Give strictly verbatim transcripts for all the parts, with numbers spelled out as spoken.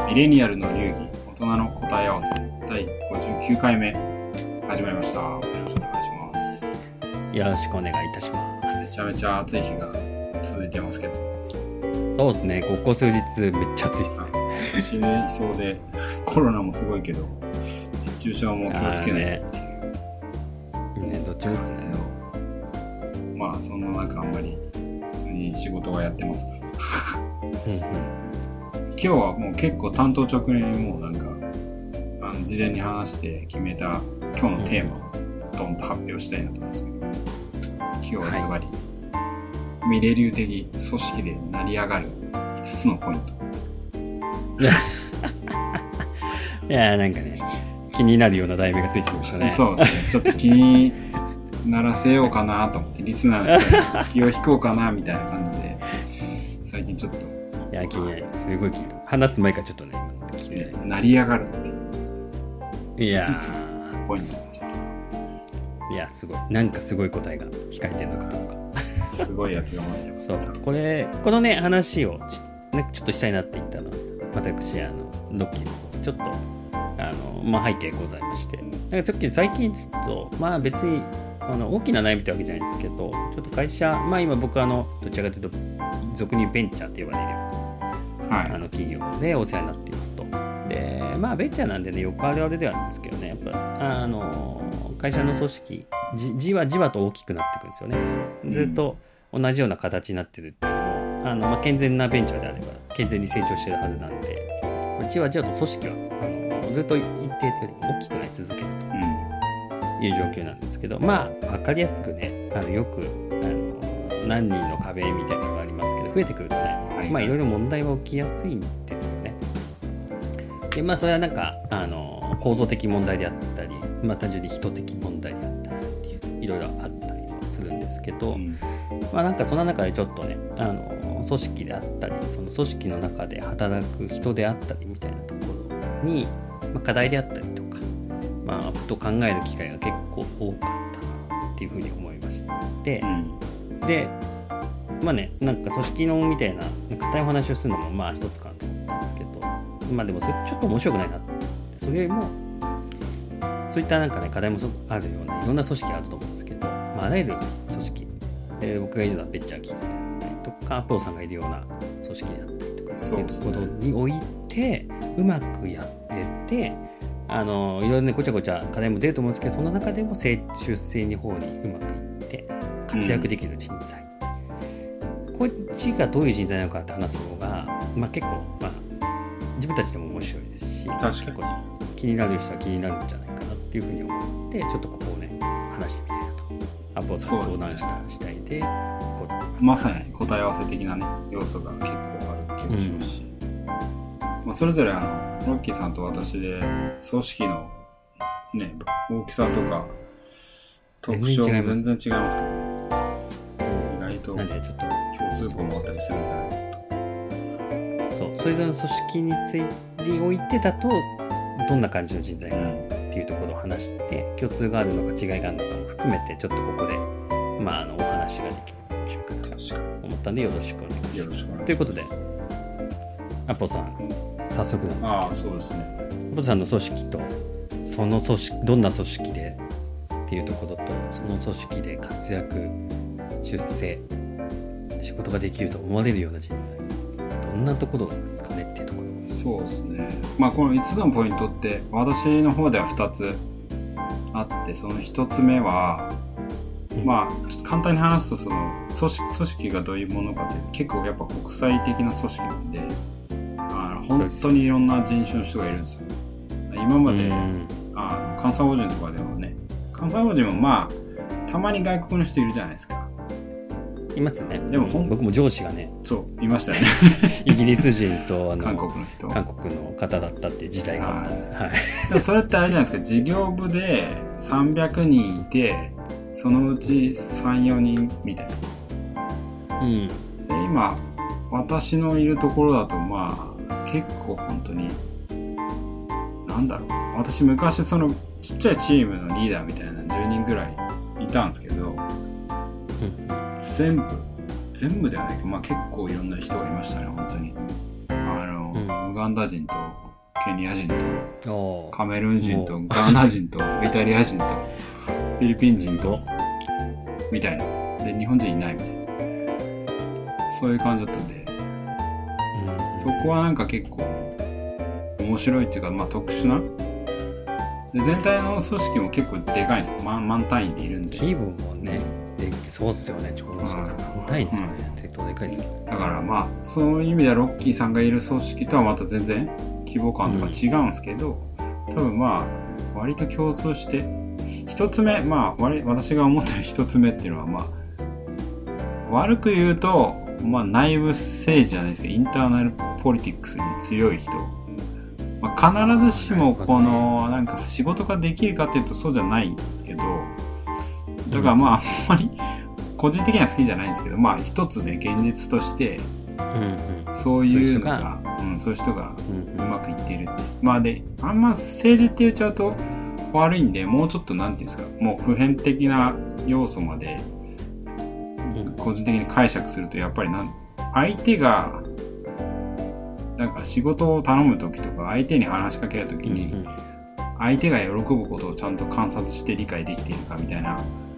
ミレニアルの流儀、大人の答え合わせだいごじゅうきゅうかいめ始まりました。よろしくお願いします。 よろしくお願いいたします。 めちゃめちゃ暑い日が続いてますけど。 そうですね、ここ数日めっちゃ暑いっすね。 死ねそうで、コロナもすごいけど、熱中症も気をつけないとっていう。 ね、ね、どっちもですね。 まあそんな中あんまり普通に仕事はやってますから。 うんうん、 今日はもう結構担当直入にもうなんかあの事前に話して決めた今日のテーマをドンと発表したいなと思うんですけど、今日はズバリ、はい、ミレ流的組織で成り上がるいつつのポイント。 いやーなんかね気になるような題名がついてきましたね。 そうですね、ちょっと気にならせようかなと思ってリスナーの人に気を引こうかなみたいな感じで最近ちょっといや気になる、すごい気になる。話す前からちょっとね気になる。 成り上がるっていういやーポイント。 いやすごい、なんかすごい答えが控えてるのかどうか。 すごいやつが待ってます。 そうこれこのね話をねちょっとしたいなって言ったのは私あのロッキーの方ちょっとあのまあ背景ございまして、なんかさっき最近ちょっとまあ別にあの大きな悩みってわけじゃないですけど、ちょっと会社まあ今僕あのどちらかというと俗にベンチャーって呼ばれるような、はい、あの企業でお世話になっていますと。でまあベンチャーなんでねよくあるあるではあるんですけどね、やっぱあの会社の組織 じ, じわじわと大きくなっていくんですよね。ずっと同じような形になってるっていうのもあの、まあ、健全なベンチャーであれば健全に成長してるはずなんで、じわじわと組織はあのずっと一定よりも大きくなり続けるという状況なんですけど、まあ分かりやすくねあのよくあの何人の壁みたいなのがありますけど、増えてくるとね、はい、まあいろいろ問題は起きやすいんですよね。でまあそれはなんかあの構造的問題であったり、まあ単純に人的問題であったりっていういろいろあったりもするんですけど、うん、まあなんかその中でちょっとねあの組織であったりその組織の中で働く人であったりみたいなところに、まあ、課題であったりとかまあと考える機会が結構多かったなっていうふうに思いまして、うん、でまあねなんか組織論みたいな硬いお話をするのもまあ一つかなと思ったんですけど、まあでもそれちょっと面白くないなって、それよりもそういったなんかね課題もあるようないろんな組織があると思うんですけど、まあ、あらゆる組織で僕がいるのはベンチャー企業であったりとかアポロさんがいるような組織であったりとかっていうところにおいてうまくやってて、あのいろいろねごちゃごちゃ課題も出ると思うんですけど、その中でも出世に方にうまくいって活躍できる人材、うん、こっちがどういう人材なのかって話す方が、まあ、結構、まあ、自分たちでも面白いですし、結構、ね、気になる人は気になるんじゃないかなっていうふうに思ってちょっとここをね話してみたいなとアポロさんに相談した次第でございます。 まさに答え合わせ的なね要素が結構ある気がしますし、うんまあ、それぞれあのロッキーさんと私で組織のね大きさとか特徴も全然違いますけど、ね、意外と共通項もあったりするんじゃないかと。 そうそれぞれの組織についておいてだとどんな感じの人材がっていうところを話して共通があるのか違いがあるのかも含めてちょっとここで、まあ、あのお話ができると面白いかなと思ったんでよろしくお願いします。よろしくお願いします。ということでアポさん早速なんですけど、 ああそうですね、 アポさんの組織とその組織どんな組織でっていうところとその組織で活躍出世仕事ができると思われるような人材どんなところなんですかねっていうところ。 そうですね、まあこのいつつのポイントって私の方ではふたつあって、そのひとつめは、うん、まあちょっと簡単に話すとその組織、組織がどういうものかって結構やっぱ国際的な組織なんで、あの本当にいろんな人種の人がいるんですよ。今まで、うん、あの監査法人とかでもね、監査法人もまあたまに外国の人いるじゃないですか。 いますよね。 でも僕も上司がね、 そういましたよね。 イギリス人とあの韓国の人、 韓国の方だったっていう時代があったんで、はいはい、 でもそれってあれじゃないですか。事業部でさんびゃくにんいて、そのうちさん、よにんみたいな。うん。で今私のいるところだとまあ結構本当になんだろう。私昔そのちっちゃいチームのリーダーみたいなじゅうにんぐらいいたんですけど。うん全部全部ではないけど、まあ、結構いろんな人がいましたね本当に。あの、うん、 ウガンダ人とケニア人とカメルーン人とガーナ人とイタリア人とフィリピン人とみたいなで日本人いないみたいなそういう感じだったんで、うん、そこはなんか結構面白いっていうか、まあ、特殊なで全体の組織も結構でかいんですよ。万、万単位でいるんで規模もねでそうっすよね。ちょうどそう万単位ですよね、うん、結構でかいですよね。 だからまあそういう意味ではロッキーさんがいる組織とはまた全然規模感とか違うんですけど、うん、多分まあ割と共通して一つ目まあ私が思ってる一つ目っていうのはまあ悪く言うとまあ内部政治じゃないですけどインターナルポリティクスに強い人、まあ、必ずしもこのなんか仕事ができるかっていうとそうじゃないんですけどだからまああんまり個人的には好きじゃないんですけどまあ一つで現実としてそういうのがうんそういう人がうまくいっているってまあであんま政治って言っちゃうと悪いんでもうちょっとなんていうんですかもう普遍的な要素まで個人的に解釈するとやっぱりなん相手がなんか仕事を頼む時とか相手に話しかける時に相手が喜ぶことをちゃんと観察して理解できているかみたいな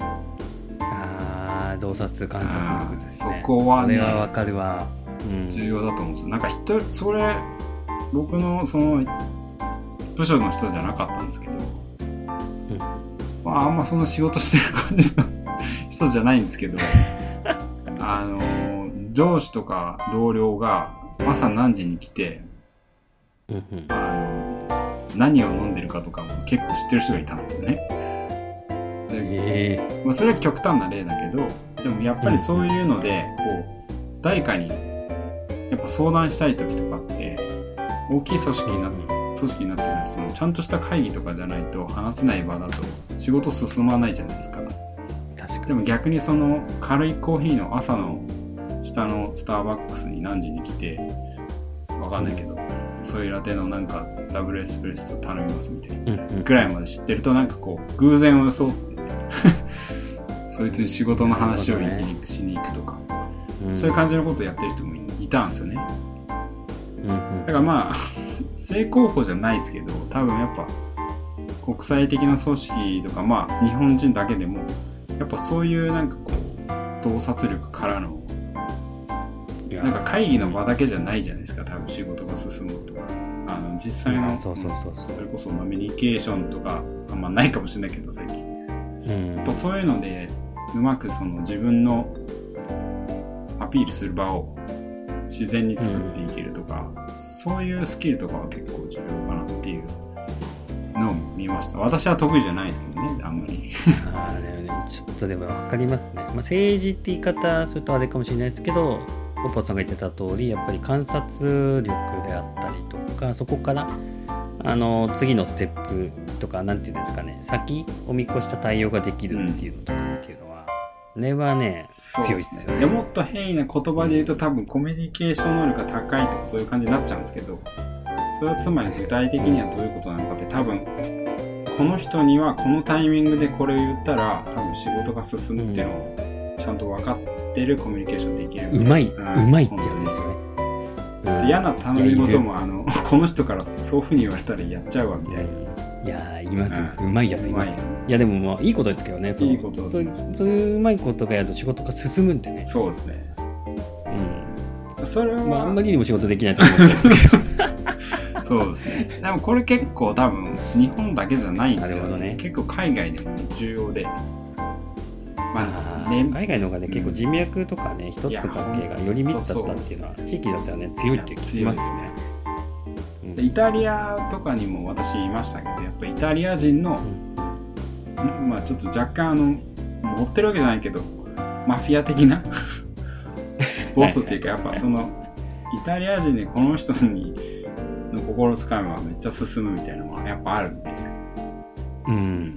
あ洞察観察力ですね。 そこはねそれはわかるわ、 うん、重要だと思うんですよ。なんか人それ僕のその部署の人じゃなかったんですけど、うんまあ、あんまその仕事してる感じの人じゃないんですけどあの上司とか同僚が朝何時に来て、うんうん、あの何を飲んでるかとかも結構知ってる人がいたんですよね。で、えーまあ、それは極端な例だけどでもやっぱりそういうので、うん、こう誰かにやっぱ相談したい時とかって大きい組織になって、うん、組織になってくるとそのちゃんとした会議とかじゃないと話せない場だと仕事進まないじゃないですか。でも逆にその軽いコーヒーの朝の下のスターバックスに何時に来てわかんないけどソイラテのなんかダブルエスプレッソ頼みますみたいなぐらいまで知ってるとなんかこう偶然を装ってそいつに仕事の話をしに行くとか、うん、そういう感じのことをやってる人もいたんですよね、うんうん、だからまあ正攻法じゃないですけど多分やっぱ国際的な組織とかまあ日本人だけでもやっぱそういうなんかこう洞察力からのなんか会議の場だけじゃないじゃないですか多分仕事が進むとかあの実際のそうそうそうそうそれこそコミュニケーションとかあんまないかもしれないけど最近、うん、やっぱそういうのでうまくその自分のアピールする場を自然に作っていけるとか、うん、そういうスキルとかは結構重要かなっていうのを見ました。私は得意じゃないですけどねあんまりああねちょっとでも分かりますね、まあ、政治って言い方するとあれかもしれないですけどオッポさんが言ってた通りやっぱり観察力であったりとかそこからあの次のステップとかなんていうんですかね先を見越した対応ができるっていうのとかっていうのは、うん、ねはね強いですよね。 でもっと変異な言葉で言うと多分コミュニケーション能力が高いとかそういう感じになっちゃうんですけどそれはつまり具体的にはどういうことなのかって多分この人にはこのタイミングでこれを言ったら多分仕事が進むっていうのをちゃんと分かってるコミュニケーションできるうまい、うん、うまいってやつですよね、 うん、で嫌な頼み事もあのこの人からそういう風に言われたらやっちゃうわみたいな。 いやいますよ、うん、うまいやついますよ。いやでもまあいいことですけどね。 いいことだそうそういううまいことがやると仕事が進むんでね。 そうですね。 うん。 それは、 まあ、あんまりにも仕事できないと思うんですけどそうですね。でもこれ結構多分日本だけじゃないんですよ、 なるほどね。 結構海外でも重要で、 まあね、海外の方がね、うん、結構人脈とかね人と関係がより密だったっていうのは地域だったらね強いって聞きますね。 うん、イタリアとかにも私いましたけどやっぱイタリア人の、うん、まあちょっと若干あの持ってるわけじゃないけどマフィア的なボスっていうかやっぱそのイタリア人でこの人にの心つかみはめっちゃ進むみたいなのはやっぱあるんで、うん、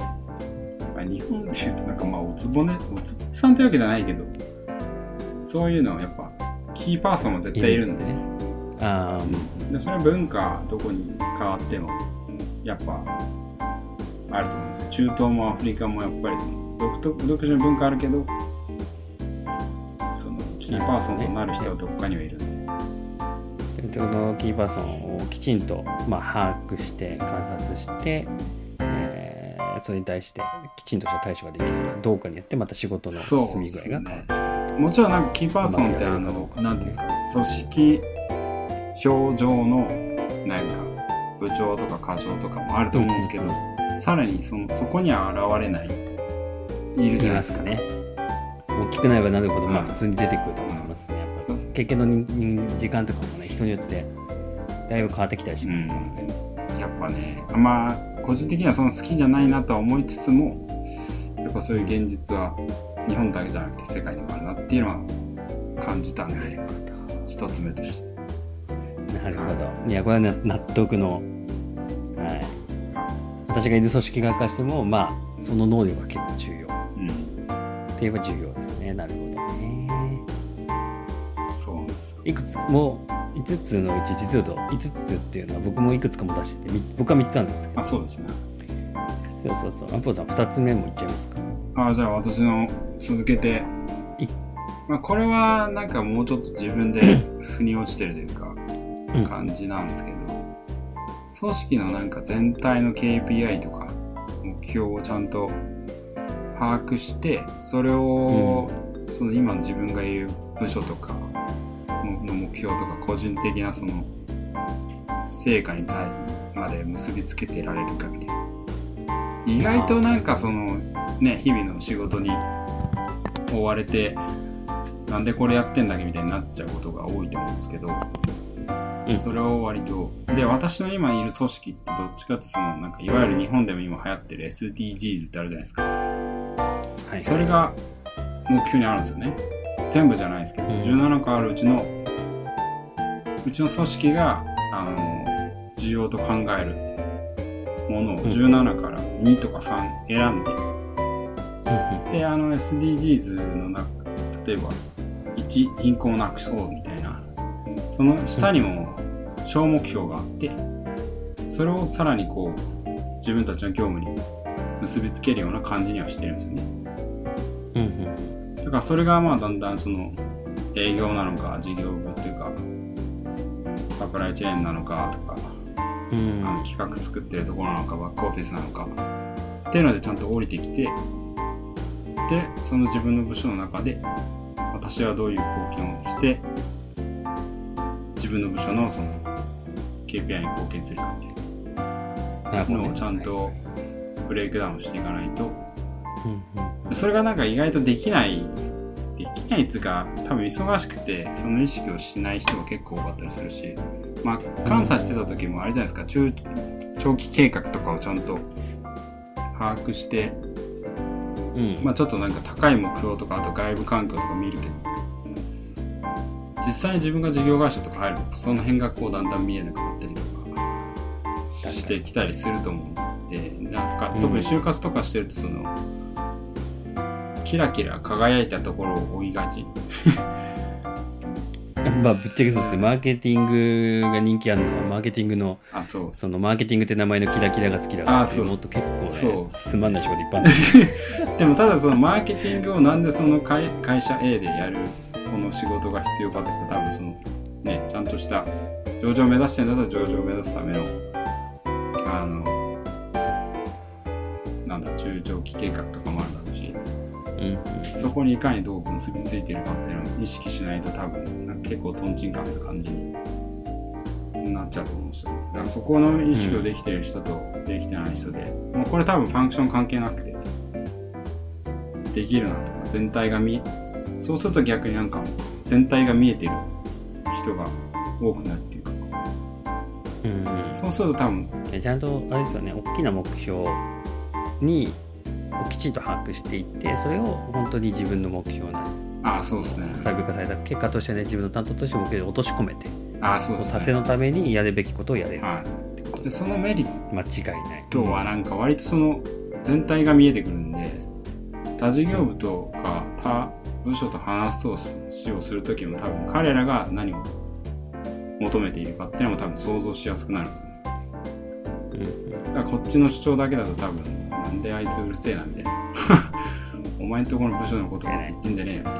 日本でいうとなんかまあおつぼねおつぼねさんってわけじゃないけどそういうのはやっぱキーパーソンも絶対いるんで、いいですね。あでそれは文化どこに変わってもやっぱあると思うんですよ。中東もアフリカもやっぱりその独特独自の文化あるけどそのキーパーソンとなる人はどっかにはいるんで、 でこのキーパーソンをきちんと、まあ、把握して観察して、えー、それに対してきちんとした対処ができるかどうかによってまた仕事の進み具合が変わってくる。 もちろんなんかキーパーソンってあの、なんていうんですか、組織表上のなんか部長とか課長とかもあると思うんですけど、うん、さらにそのそこには現れないいるじゃないですか。 いますね。大きくなればなるほど、まあ普通に出てくると思いますね。やっぱり経験の時間とかもね、人によってだいぶ変わってきたりしますからね。 うん、やっぱね、あんま個人的にはその好きじゃないなとは思いつつも、やっぱそういう現実は日本だけじゃなくて世界にもあるなっていうのは感じたんで、一つ目として。 なるほど。いや、これは納得の、はい。私がいる組織側からしても、まあその能力が結構重要。うん。って言えば重要ですね。なるほどね。 そうです。 いくつもういつつのうち実はといつつっていうのは僕もいくつかも出してて、僕はみっつなんですけど。 あ、そうですね。 そうそうそう。アポさんふたつめもいっちゃいますか。 あ、じゃあ私の続けて。まあ、これはなんかもうちょっと自分で腑に落ちてるというか感じなんですけど、うん、組織のなんか全体の ケーピーアイ とか目標をちゃんと把握して、それをその今の自分がいる部署とかの目標とか個人的なその成果に対まで結びつけてられるかみたいな。意外となんかそのね、日々の仕事に追われてなんでこれやってんだっけみたいになっちゃうことが多いと思うんですけど、うん、それを割とで、私の今いる組織ってどっちかってそのなんかいわゆる日本でも今流行ってる エスディージーズ ってあるじゃないですか、はい、それが目標にあるんですよね。全部じゃないですけど、うん、じゅうななこあるうちのうちの組織があの需要と考えるものをじゅうななからにとかさん選んで、うん、であの エスディージーズ の中例えばいち貧困をなくそうみたいな、その下にも小目標があって、それをさらにこう自分たちの業務に結びつけるような感じにはしてるんですよね、うんうん、だからそれがまあだんだんその営業なのか事業部っていうかサプライチェーンなのかとか、うん、あの企画作ってるところなのかバックオフィスなのかっていうのでちゃんと降りてきて、でその自分の部署の中で私はどういう貢献をして自分の部署のその ケーピーアイ に貢献するかっていうのをちゃんとブレイクダウンしていかないと、それがなんか意外とできないできないっていうか、多分忙しくてその意識をしない人が結構多かったりするし、まあ監査してた時もあれじゃないですか、中長期計画とかをちゃんと把握してうん、まあちょっとなんか高い目標とかあと外部環境とか見るけど、実際に自分が事業会社とか入るとその辺がこうだんだん見えなくなったりとかしてきたりすると思うんで、なんか特に就活とかしてるとその、うん、キラキラ輝いたところを追いがちまあぶっちゃけそうですね。マーケティングが人気あるのはマーケティングのあそうそのマーケティングって名前のキラキラが好きだからってもっと結構ねそうつまんない仕事いっぱいあるでもただそのマーケティングをなんでその 会, 会社 A でやるこの仕事が必要かって言ったら、多分そのねちゃんとした上場を目指してんだったら上場を目指すためのあのなんだ中長期計画とかもあるだろうし、うん、そこにいかにどう結びついてるかっていうのを意識しないと多分なんか結構トンチンカンな感じになっちゃうと思うんですよ。だからそこの意識をできてる人とできてない人で、うん、もうこれ多分ファンクション関係なくてできるなとか全体が見えそうすると逆になんか全体が見えてる人が多くなるっていうか、うん、そうすると多分ちゃんとあれですよね、大きな目標にきちんと把握していって、それを本当に自分の目標なあそうですね細分化された結果としてね、自分の担当として目標を落とし込めてあそうですね、 達成のためにやるべきことをやれる、 はい、ってことでそのメリ間違いないとはなんか割とその全体が見えてくるんで、他事業部とか他部署と話すしをするときも多分彼らが何を求めているかっていうのも多分想像しやすくなるんですよね、うん、だからこっちの主張だけだと多分なんであいつうるせえなみたいなお前んとこの部署のこと言ってんじゃねえよみたいな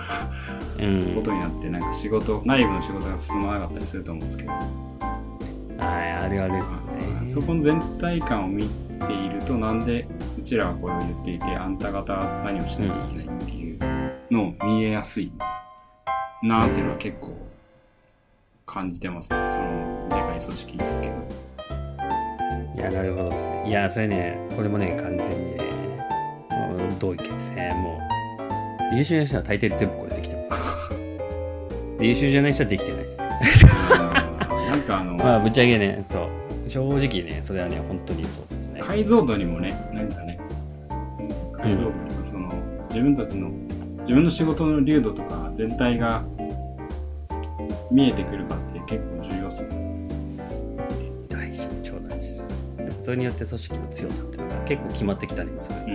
うんことになってなんか仕事内部の仕事が進まなかったりすると思うんですけど、 はいあれはですねそこの全体感を見ているとなんでうちらはこれを言っていてあんた方は何をしなきゃいけないっていうのを見えやすいなーっていうのは結構感じてますね。そのでかい組織ですけど。 いやなるほどですね。いやそれねこれもね完全にね同意見ですね。もう優秀な人は大抵全部これできてますで優秀じゃない人はできてないですねなんかあのまあぶっちゃけねそう正直ねそれはね本当にそうですね。 解像度にもねなんかね解像度とか、うん、その自分たちの自分の仕事の流度とか全体が見えてくるかって結構重要そう。 大事超大事です。それによって組織の強さっていうのが結構決まってきたりもする、うん、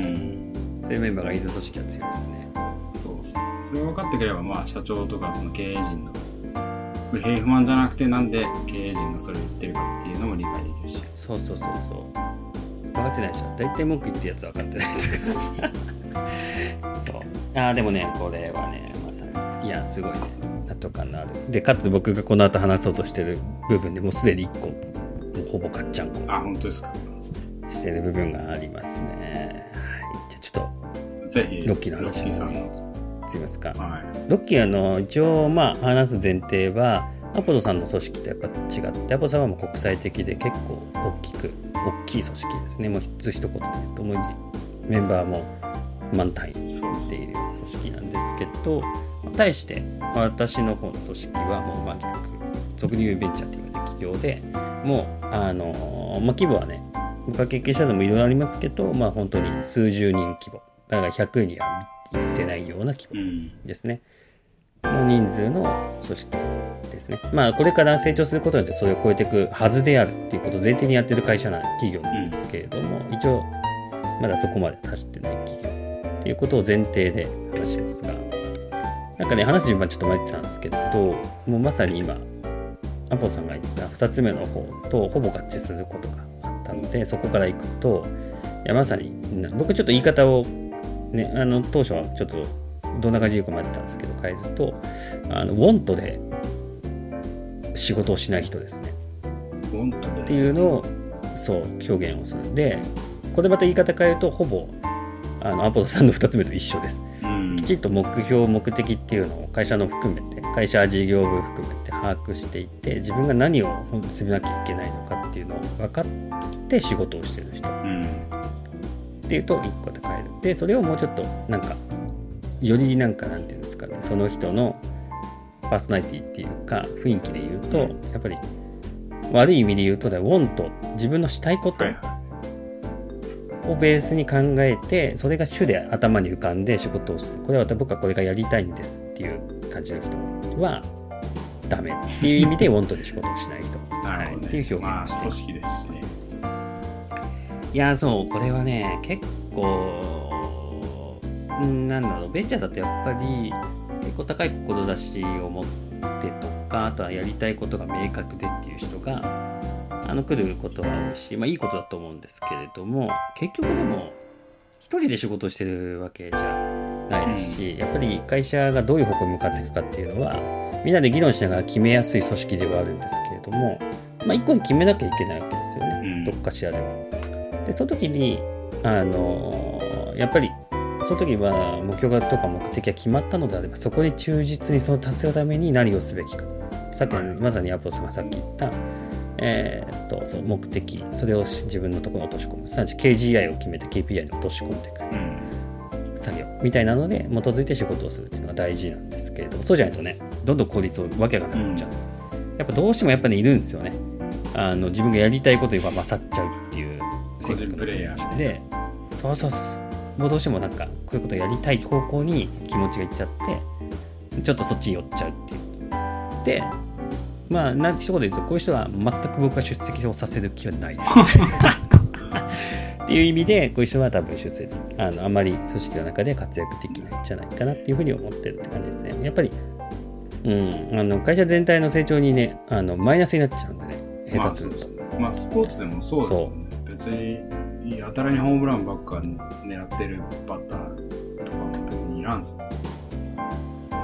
そういうメンバーがいる組織は強いですね。 そうですね。それが分かってくればまあ社長とかその経営陣の不平不満じゃなくてなんで経営陣がそれを言ってるかっていうのも理解できるし。 そうそうそうそう分かってないでしょ。大体文句言ってるやつ分かってないですからそうあでもねこれはねまさにいやすごいね納得感のあるでかつ僕がこの後話そうとしてる部分でもうすでにいっこもうほぼかっちゃんこあ本当ですかしてる部分がありますね。はい、じゃあちょっとぜひロッキーの話ロッキーさんのすいますか、 はい、 ロッキーあの一応まあ話す前提はアポロさんの組織とやっぱ違ってアポロさんはもう国際的で結構大きく大きい組織ですね。もう一言で言うともうメンバーも満単位しているような組織なんですけど対して私の方の組織はもうまあ逆俗に言うベンチャーという企業でもうあの、まあ、規模はね僕が経験したのもいろいろありますけどまあ本当に数十人規模だからひゃくにはいってないような規模ですね、うん、の人数の組織ですね。まあこれから成長することによってそれを超えていくはずであるっていうことを前提にやってる会社な企業なんですけれども、うん、一応まだそこまで達してない企業っていうことを前提で話しますがなんかね話す順番ちょっと迷ってたんですけどもうまさに今アポさんが言ってたふたつめの方とほぼ合致することがあったのでそこからいくといやまさに僕ちょっと言い方をねあの当初はちょっとどんな感じでよく迷ってたんですけど変えるとあのウォントで仕事をしない人ですね。 ウォントでっていうのをそう表現をするでこれまた言い方変えるとほぼあのアポロさんのふたつめと一緒です、うん、きちっと目標目的っていうのを会社の含めて会社事業部含めて把握していて自分が何を本当にすなきゃいけないのかっていうのを分かって仕事をしてる人、うん、っていうといっこで変えるでそれをもうちょっとなんかよりなんかなんていうんですかねその人のパーソナリティっていうか雰囲気で言うとやっぱり悪い意味で言うとウォント自分のしたいことをベースに考えてそれが主で頭に浮かんで仕事をするこれは僕はこれがやりたいんですっていう感じの人はダメっていう意味でウォントで仕事をしない人はい、 っていう表現をして、 まあ、組織ですしね。 いやそうこれはね結構なんだろうベンチャーだとやっぱり結構高い志を持ってとかあとはやりたいことが明確でっていう人があの来ることは多いし、まあいいことだと思うんですけれども結局でも一人で仕事をしてるわけじゃないですし、うん、やっぱり会社がどういう方向に向かっていくかっていうのはみんなで議論しながら決めやすい組織ではあるんですけれどもまあ一個に決めなきゃいけないわけですよね、うん、どっかしらでは。でその時にあのー、やっぱりその時は目標とか目的が決まったのであればそこに忠実にその達成のために何をすべきかさっきのまさにアポロさんがさっき言ったえー、っとその目的それを自分のところに落とし込むすなわち ケージーアイ を決めて ケーピーアイ に落とし込んでいく、うん、作業みたいなので基づいて仕事をするっていうのが大事なんですけれどもそうじゃないとねどんどん効率をわけがなくなっちゃう、うん、やっぱどうしてもやっぱりいるんですよねあの自分がやりたいことが勝っちゃうっていう個人プレイヤーでそうそうそうそうもうどうしてもなんかこういうことをやりたい方向に気持ちがいっちゃってちょっとそっちに寄っちゃうっていうでまあなんて一言で言うとこういう人は全く僕が出席をさせる気はないですっていう意味でこういう人は多分出席あのあまり組織の中で活躍できないんじゃないかなっていうふうに思ってるって感じですね。やっぱり、うん、あの会社全体の成長にねあのマイナスになっちゃうんでね下手すると、 まあ、まあスポーツでもそうですもんね。別にやたらにホームランばっか狙ってるバッターとかも別にいらんすよ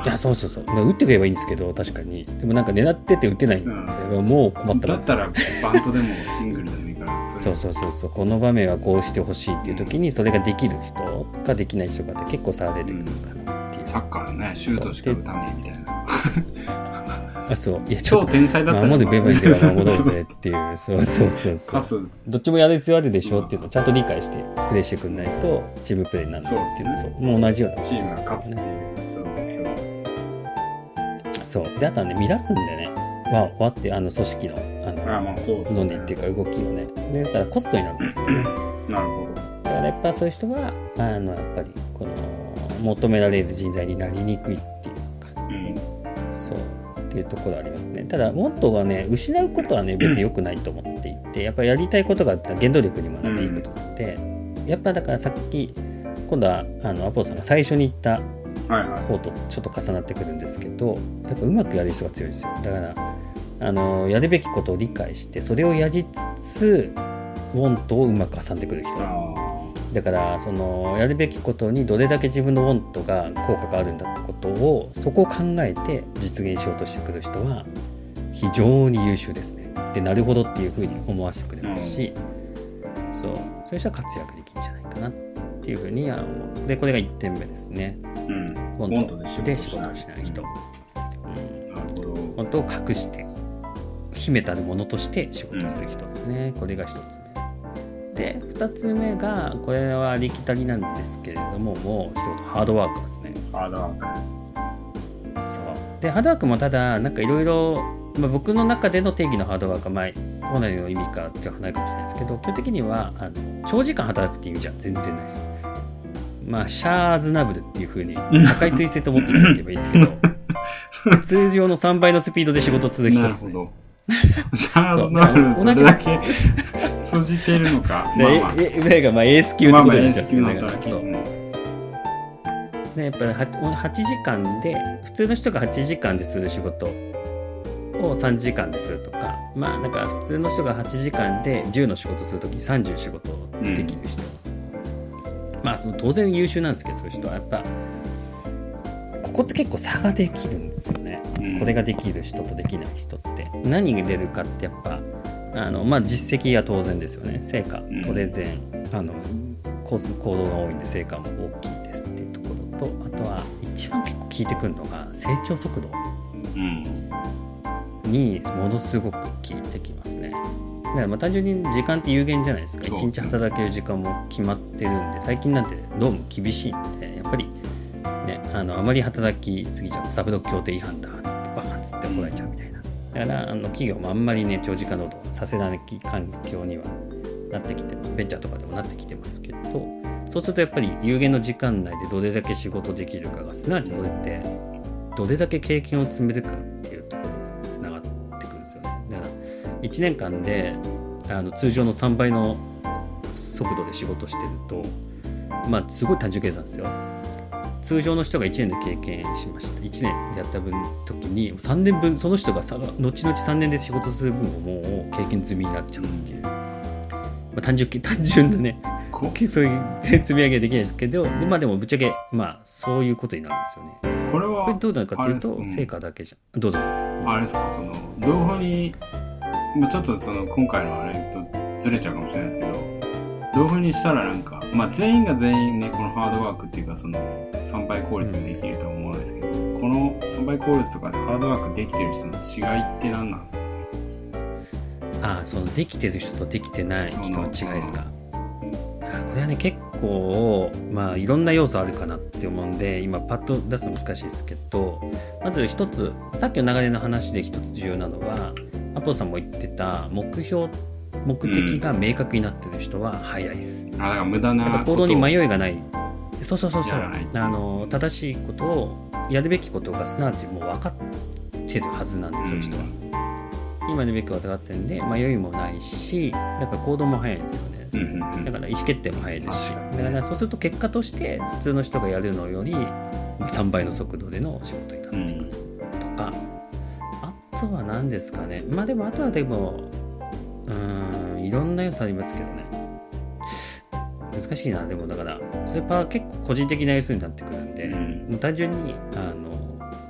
いやそうそうそう打ってくればいいんですけど確かにでもなんか狙ってて打てないんで、うん、もう困っただったらバントでもシングルでもいいからそうそうそうそうこの場面はこうしてほしいっていう時にそれができる人かできない人かって結構差が出てくるかなっていう、 うん、サッカーのねシュートしか打たねえみたいなあそういや超天才だったら守るべばいいから守ろうぜっていうそうそうそうそうどっちもやる必要あるでしょっていうのをちゃんと理解してプレーしてくんないとチームプレーになるっていうのともう同じようなチームが勝つっていうそうそうであとはね乱すんでねわわってあの組織のあのあまあそうそう、ね、 論理っていうか動きをねでだからコストになるんですよねなるほどだからやっぱそういう人はあのやっぱりこの求められる人材になりにくいっていうか、うん、そうっていうところありますね。ただモットーがね失うことはね別に良くないと思っていてやっぱりやりたいことがあったら原動力にもなっていいことなので、うん、やっぱだからさっき今度はあのアポロさんが最初に言った方とちょっと重なってくるんですけどやっぱうまくやる人が強いですよ。だからあのやるべきことを理解してそれをやりつつウォントをうまく挟んでくる人だからそのやるべきことにどれだけ自分のウォントが効果があるんだってことをそこを考えて実現しようとしてくる人は非常に優秀ですね。でなるほどっていうふうに思わせてくれますし、うん、そうそういう人は活躍できるんじゃないかなっていうふうに思う。でこれがいってんめですね、うん、ウォントで仕事をしない人、うん、なるほどウォントを隠して秘めたるものとして仕事をする人ですね、うん、これがひとつめでふたつめがこれはありきたりなんですけれどももう一言ハードワークですね。 ハードワークそうでハードワークもただなんかいろいろ僕の中での定義のハードワークは前本来の意味かじゃないかもしれないですけど基本的にはあの長時間働くっていう意味じゃ全然ないです。まあシャーズナブルっていう風に高い水性と思っていただければいいですけど通常のさんばいのスピードで仕事する人ですね。なるほどシャーズナブルどれだけ通じてるのかまあ、まあ、えがまあエース級ってことになっちゃってるんだからそうねやっぱりはちじかんで普通の人がはちじかんでする仕事をさんじかんでするとかまあなんか普通の人がはちじかんでじゅうの仕事するときにさんじゅう仕事できる人、うん、まあその当然優秀なんですけどそういう人はやっぱここって結構差ができるんですよね、うん、これができる人とできない人って何が出るかってやっぱあの、まあ、実績は当然ですよね成果プレゼン、うん、あのコース行動が多いんで成果も大きいですっていうところとあとは一番結構効いてくるのが成長速度にものすごく効いてきますね。だからまあ単純に時間って有限じゃないですか。いちにち働ける時間も決まってるんで最近なんてどうも厳しいんでやっぱりね、あのあまり働きすぎちゃうとサブロック協定違反だっつってバーンっつって怒られちゃうみたいなだからあの企業もあんまりね長時間労働させない環境にはなってきてベンチャーとかでもなってきてますけどそうするとやっぱり有限の時間内でどれだけ仕事できるかがすなわちそれってどれだけ経験を積めるかっていうところにつながってくるんですよね。だからいちねんかんであの通常のさんばいの速度で仕事してるとまあすごい単純計算ですよ。通常の人がいちねんで経験しましたいちねんでやった分時にさんねんぶんその人がさ後々さんねんで仕事する分ももう経験済みになっちゃうっていう、まあ、単純単純なねそういう積み上げできないですけどで、まあ、でもぶっちゃけまあそういうことになるんですよね。 これはこれどうなるかというと成果だけじゃんどうぞあれですかそのどういうふうにちょっとその今回のあれとずれちゃうかもしれないですけどどういうふうにしたらなんか、まあ、全員が全員ねこのハードワークっていうかそのさんばい効率でできるとは思うんですけど、うん、このさんばい効率とかでハードワークできてる人の違いって何なんですか？ ああそのできてる人とできてない人の違いですか？あこれはね結構まあいろんな要素あるかなって思うんで今パッと出すの難しいですけどまず一つさっきの流れの話で一つ重要なのはアポロさんも言ってた目標目的が明確になってる人は早いです、 うん、あだから無駄なやっぱ行動に迷いがないそうそうそうそうあの正しいことをやるべきことがすなわちもう分かってるはずなんで、うん、そういう人は今やるべきことが分かってるんで迷いもないしだから行動も早いんですよね、うんうんうん、だから意思決定も早いですしだからそうすると結果として普通の人がやるのよりさんばいの速度での仕事になってくるとか、うん、あとは何ですかねまあでもあとはでもうーんいろんな要素ありますけどね難しいなでもだからこれは結構個人的な要素になってくるんで、うん、単純にあの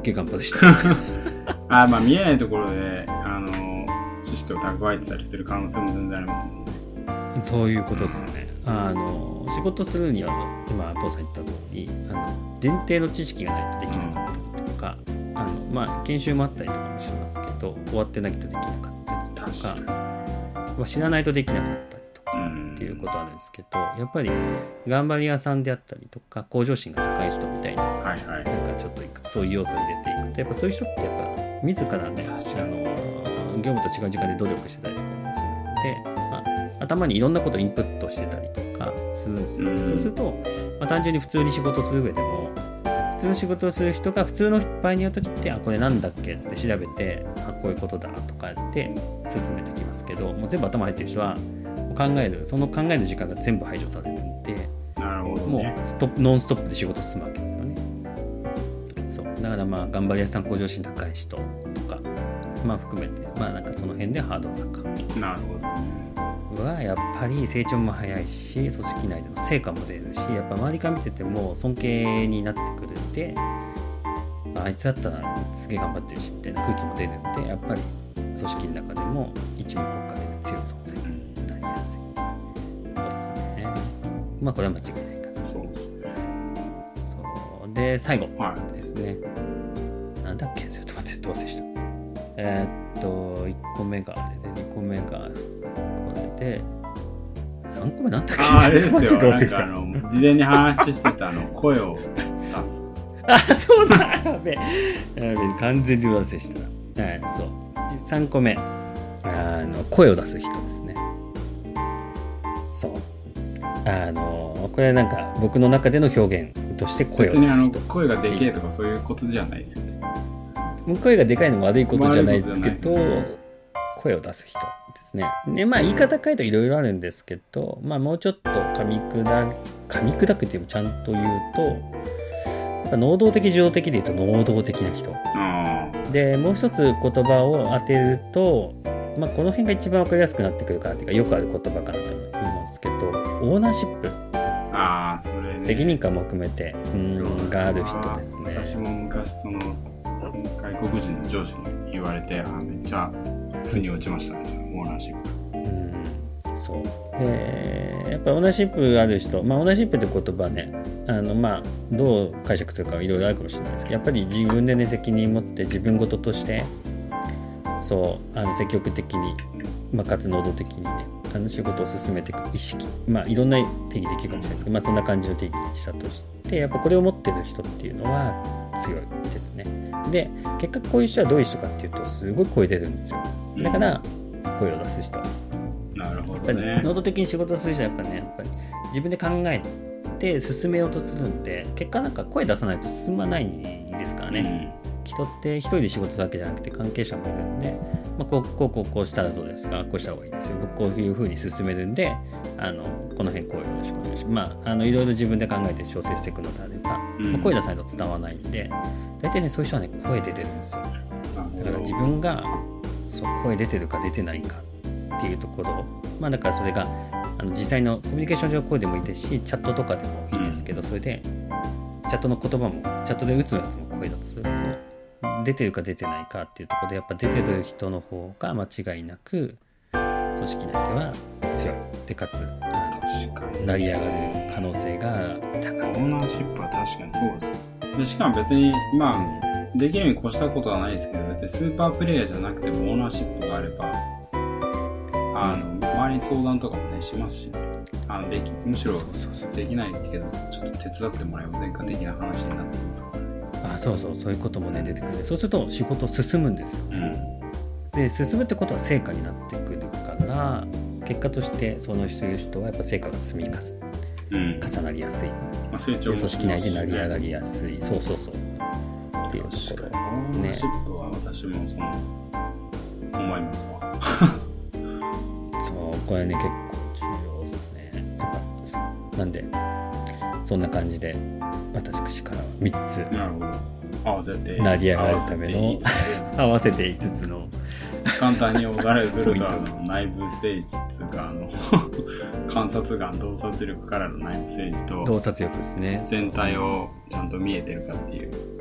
げえ頑張る人あ、まあ見えないところであの知識を蓄えてたりする可能性も全然ありますもんね。 そういうことですね。あの仕事するには今ポーさん言った通りあの前提の知識がないとできなかったりとか、うん、あのまあ研修もあったりとかもしますけど終わってないとできなかったりとか、まあ、知らないとできなかったりとかっていうことあるんですけど、やっぱり頑張り屋さんであったりとか向上心が高い人みたいな、はいはい、なんかちょっといくそういう要素を入れていくとやっぱそういう人ってやっぱ自らねあの業務と違う時間で努力してたりとかもするので、まあ、頭にいろんなことをインプットしてたりとかするんですよ、うん、そうすると、まあ、単純に普通に仕事する上でも普通の仕事をする人が普通の場合にやるときってあこれなんだっけって調べてあこういうことだとかやって進めてきますけど、もう全部頭入ってる人は考えるその考える時間が全部排除されるんで、 なるほど、ね、 もうストップノンストップで仕事進むわけですよね。そうだからまあ頑張り屋さん向上心高い人とかまあ含めてまあなんかその辺でハードワーカーなるほどはやっぱり成長も早いし組織内での成果も出るし、やっぱ周りから見てても尊敬になってくるんで、あいつだったらすげえ頑張ってるしみたいな空気も出るんで、やっぱり組織の中でも一目置かれる強い存在になりやすいですね。まあこれは間違いないかな。 そうですね。 そうで最後ですね、 はい、 なんだっけちょっと待ってどうせしたえー、っといっこめがあれでにこめがこれでさんこめなんだっけ。 あ, あれですよなんかあの事前に話してたあの声を出すあそうだやべえやべえ完全に忘れしたはいそうさんこめあの声を出す人ですね。そうあのこれなんか僕の中での表現として声を出す人、別にあの声がでけえとかそういうことじゃないですよね。 声がでかいのも悪いことじゃないですけど、声を出す人ですね。でまあ言い方変えるといろいろあるんですけど、まあもうちょっと噛み砕噛み砕くっていうちゃんと言うと、やっぱ能動的受動的で言うと能動的な人。でもう一つ言葉を当てると、まあこの辺が一番わかりやすくなってくるかなっていうかよくある言葉かなと思うんですけど、オーナーシップ。 ああそれね。 責任感も含めてうんがある人ですね。 私も昔その外国人の上司に言われてあめっちゃ腑に落ちましたね、オーナーシップ。 うんそうでやっぱオーナーシップある人、まあオーナーシップって言葉ねあのまあどう解釈するかはいろいろあるかもしれないですけど、やっぱり自分でね責任持って自分事としてそうあの積極的に、まあ、かつ能動的にねあの仕事を進めていく意識、まあいろんな定義できるかもしれないですけど、まあそんな感じの定義にしたとして、やっぱこれを持ってる人っていうのは強いですね。で結果こういう人はどういう人かっていうとすごい声出るんですよ。だから声を出す人、 なるほどね、 やっぱり能動的に仕事をする人はやっぱねやっぱり自分で考えて進めようとするんで、結果なんか声出さないと進まないですからね、うん、人って一人で仕事するわけじゃなくて関係者もいるんで、まあ、こうこうこうこうしたらどうですか、こうした方がいいですよ、僕こういう風に進めるんであのこの辺こうよろしくお願いします、まあ、あのいろいろ自分で考えて調整していくのであれば、うんまあ、声出さないと伝わらないんで、大体ねそういう人はね声出てるんですよ。だから自分がそう声出てるか出てないかっていうところ、まあだからそれがあの実際のコミュニケーション上声でもいいですし、チャットとかでもいいんですけど、うん、それでチャットの言葉もチャットで打つやつも声だとすると出てるか出てないかっていうところでやっぱ出てる人の方が間違いなく組織内では強いで、かつ成り上がる可能性が高い。 オーナーシップは確かにそうですよ。でしかも別にまあ、うん、できるに越したことはないですけど、別にスーパープレイヤーじゃなくてもオーナーシップがあればあの、うん、周りに相談とかもねしますしね、あのできむしろできないけどちょっと手伝ってもらえませんか的な話になってきますからね。 あ、そうそうそういうこともね出てくる。そうすると仕事進むんですよ、うん、で進むってことは成果になってくるから結果としてその人はやっぱ成果が積み重,、うん、重なりやすい、まあ、成長も組織内で成り上がりやすい、そうそうそうっていうところですね。オーナーシップは私もその思いますわそうこれね結構重要ですね。やっぱそうなんでそんな感じで私からみっつなるほど合わせて成り上がるための合わせていつつの簡単におさらいするとあの内部政治つうかあの観察眼洞察力からの内部政治と洞察力ですね。 全体をちゃんと見えてるかっていう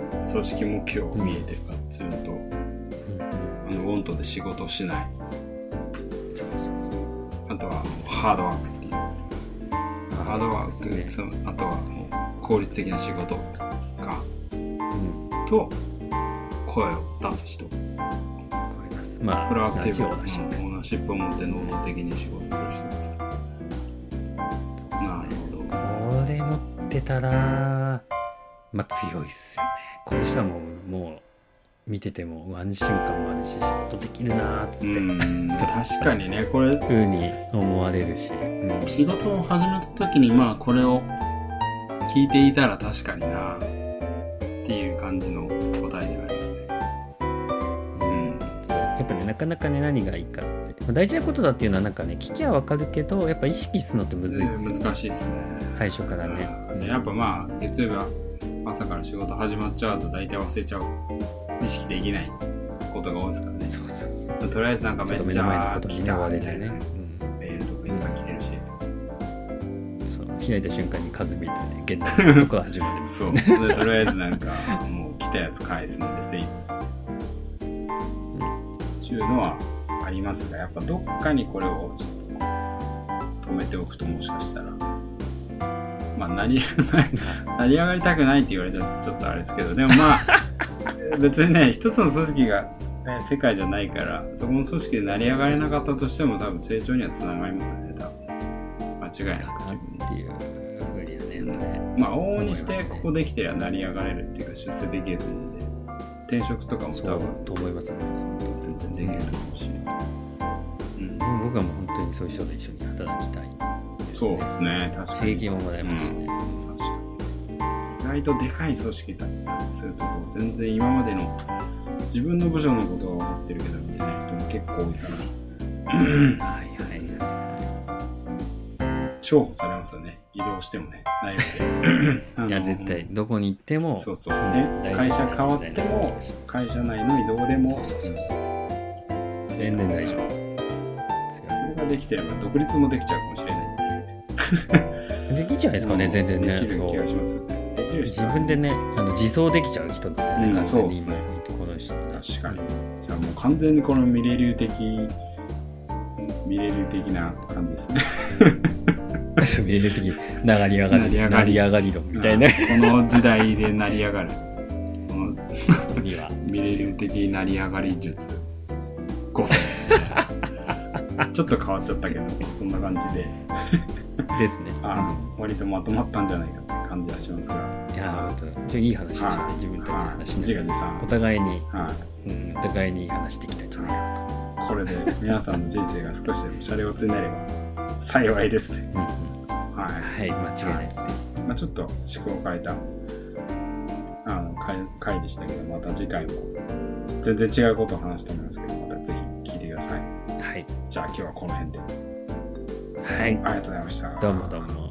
組織目標を見えてるかっつうと、うん、あのウォントで仕事をしない、そうそうそう、あとはもうハードワークっていうハードワーク、ね、そのあとはもう効率的な仕事か、うん、と声を出す人、まあ、プロアクティブなオーナーシップを持って能動的に仕事する人です。なるほど。 これ持ってたらまあ強いっすよね。この人はもう、もう見てても安心感もあるし仕事できるなーっつって、うん、 確かにね、これ風に思われるし、うん、仕事を始めた時にまあこれを聞いていたら確かになっていう感じの答えではありますね。 やっぱり、ね、なかなかね何がいいかって大事なことだっていうのはなんかね聞きはわかるけどやっぱ意識するのってむずいっすよね。 難しいですね最初からね、 うん、やっぱまあ月曜日は朝から仕事始まっちゃうと大体忘れちゃう、意識できないことが多いですからね。 そうそうそう、 とりあえずなんかめっちゃ来たみたいな、ね、 うん、 メールとかいっぱい来てるし、 うん、そう開いた瞬間に数見てね現代のとこから始まるそうでとりあえずなんかもう来たやつ返すので精一杯っていうのはありますが、やっぱどっかにこれをちょっと止めておくともしかしたらまあ成り成り上がりたくないって言われちゃちょっとあれですけど、でもまあ別にね一つの組織が、ね、世界じゃないからそこの組織で成り上がれなかったとしても多分成長にはつながりますよね、多分間違いなくっていうふうにはね、 うん、まあ往々にしてここできてりゃ成り上がれるっていうか出世できると思うんで、転職とかも多分と思いますね。 全然できると思うし、 うんうん、僕はもう本当にそういう人と一緒に働きたいですね。 そうですね、確かに刺激ももらえますしね、 うん、確かに意外とでかい組織だったりすると全然今までの自分の部署のことは思ってるけど見えない人も結構多いからはいはいはい重宝されますよね、移動してもね、内容でいや絶対どこに行ってもそうそうね、会社変わっても会社内の移動でもそうそうそう全然大丈夫、 それができてれば独立もできちゃうかもしれないできちゃうんですかね、全然ね。 できる気がしますよね。できる自分でねあの自走できちゃう人だってね、 うん、 完全に今この人は確かに、じゃあもう完全にこのミレ流的ミレ流的な感じですねミレ流的成り上がり成り上がり論みたいなこの時代で成り上がるこのミレ流的成り上がり術ごせんちょっと変わっちゃったけどそんな感じでですね、 あうん、割とまとまったんじゃないかって感じはしますが、 いや本当にいい話でしたね、自分たちの話しながらお互いに、うん、お互いに話してきたんじゃないかなと。これで皆さんの人生が少しでもシャレオツになれば幸いですね、うんうん、 はい、はい、間違いないですね、 まあ、ちょっと思考を変えたあの 回, 回でしたけど、また次回も全然違うことを話すと思いますけど、またぜひ聞いてください。 はい、 じゃあ今日はこの辺で、 はい、ありがとうございました。 どうもどうも。